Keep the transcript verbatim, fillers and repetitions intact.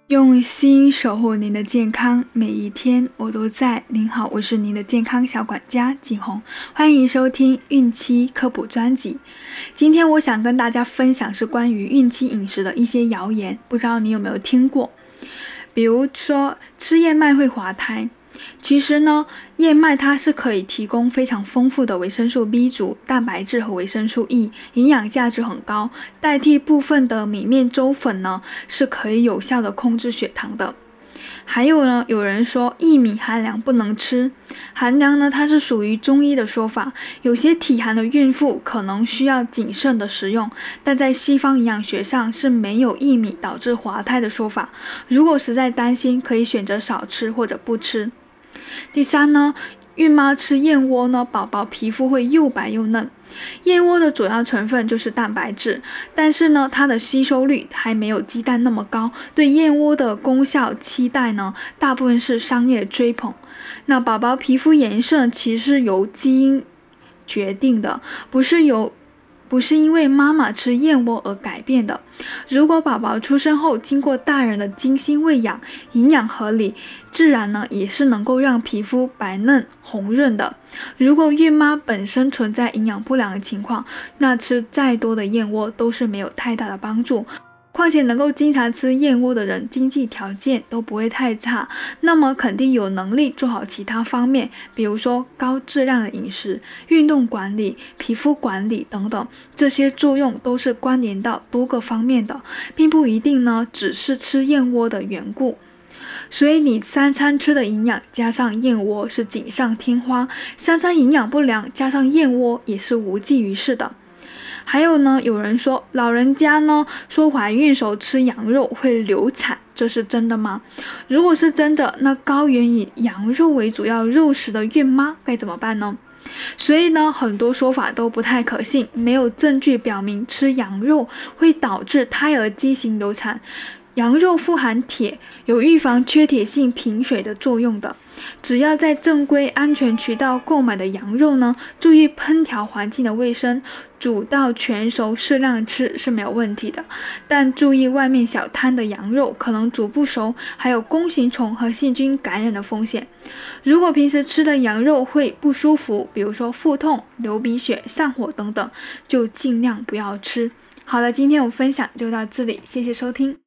用心守护您的健康，每一天我都在。您好，我是您的健康小管家景红，欢迎收听孕期科普专辑。今天我想跟大家分享是关于孕期饮食的一些谣言，不知道你有没有听过？比如说吃燕麦会滑胎。其实呢，燕麦它是可以提供非常丰富的维生素 B 族、蛋白质和维生素 E， 营养价值很高，代替部分的米面粥粉呢，是可以有效的控制血糖的。还有呢，有人说薏米寒凉不能吃，寒凉呢它是属于中医的说法，有些体寒的孕妇可能需要谨慎的食用，但在西方营养学上是没有薏米导致滑胎的说法，如果实在担心，可以选择少吃或者不吃。第三呢，孕妈吃燕窝呢，宝宝皮肤会又白又嫩。燕窝的主要成分就是蛋白质，但是呢，它的吸收率还没有鸡蛋那么高。对燕窝的功效期待呢，大部分是商业追捧。那宝宝皮肤颜色其实由基因决定的，不是由不是因为妈妈吃燕窝而改变的。如果宝宝出生后经过大人的精心喂养，营养合理，自然呢也是能够让皮肤白嫩红润的。如果孕妈本身存在营养不良的情况，那吃再多的燕窝都是没有太大的帮助。况且能够经常吃燕窝的人，经济条件都不会太差，那么肯定有能力做好其他方面，比如说高质量的饮食、运动管理、皮肤管理等等，这些作用都是关联到多个方面的，并不一定呢只是吃燕窝的缘故。所以你三餐吃的营养加上燕窝是锦上添花，三餐营养不良加上燕窝也是无济于事的。还有呢，有人说老人家呢说怀孕时候吃羊肉会流产，这是真的吗？如果是真的，那高原以羊肉为主要肉食的孕妈该怎么办呢？所以呢，很多说法都不太可信，没有证据表明吃羊肉会导致胎儿畸形流产。羊肉富含铁，有预防缺铁性贫血的作用的。只要在正规安全渠道购买的羊肉呢，注意烹调环境的卫生，煮到全熟适量吃是没有问题的。但注意外面小摊的羊肉可能煮不熟，还有弓形虫和细菌感染的风险。如果平时吃的羊肉会不舒服，比如说腹痛、流鼻血、上火等等，就尽量不要吃。好了，今天我分享就到这里，谢谢收听。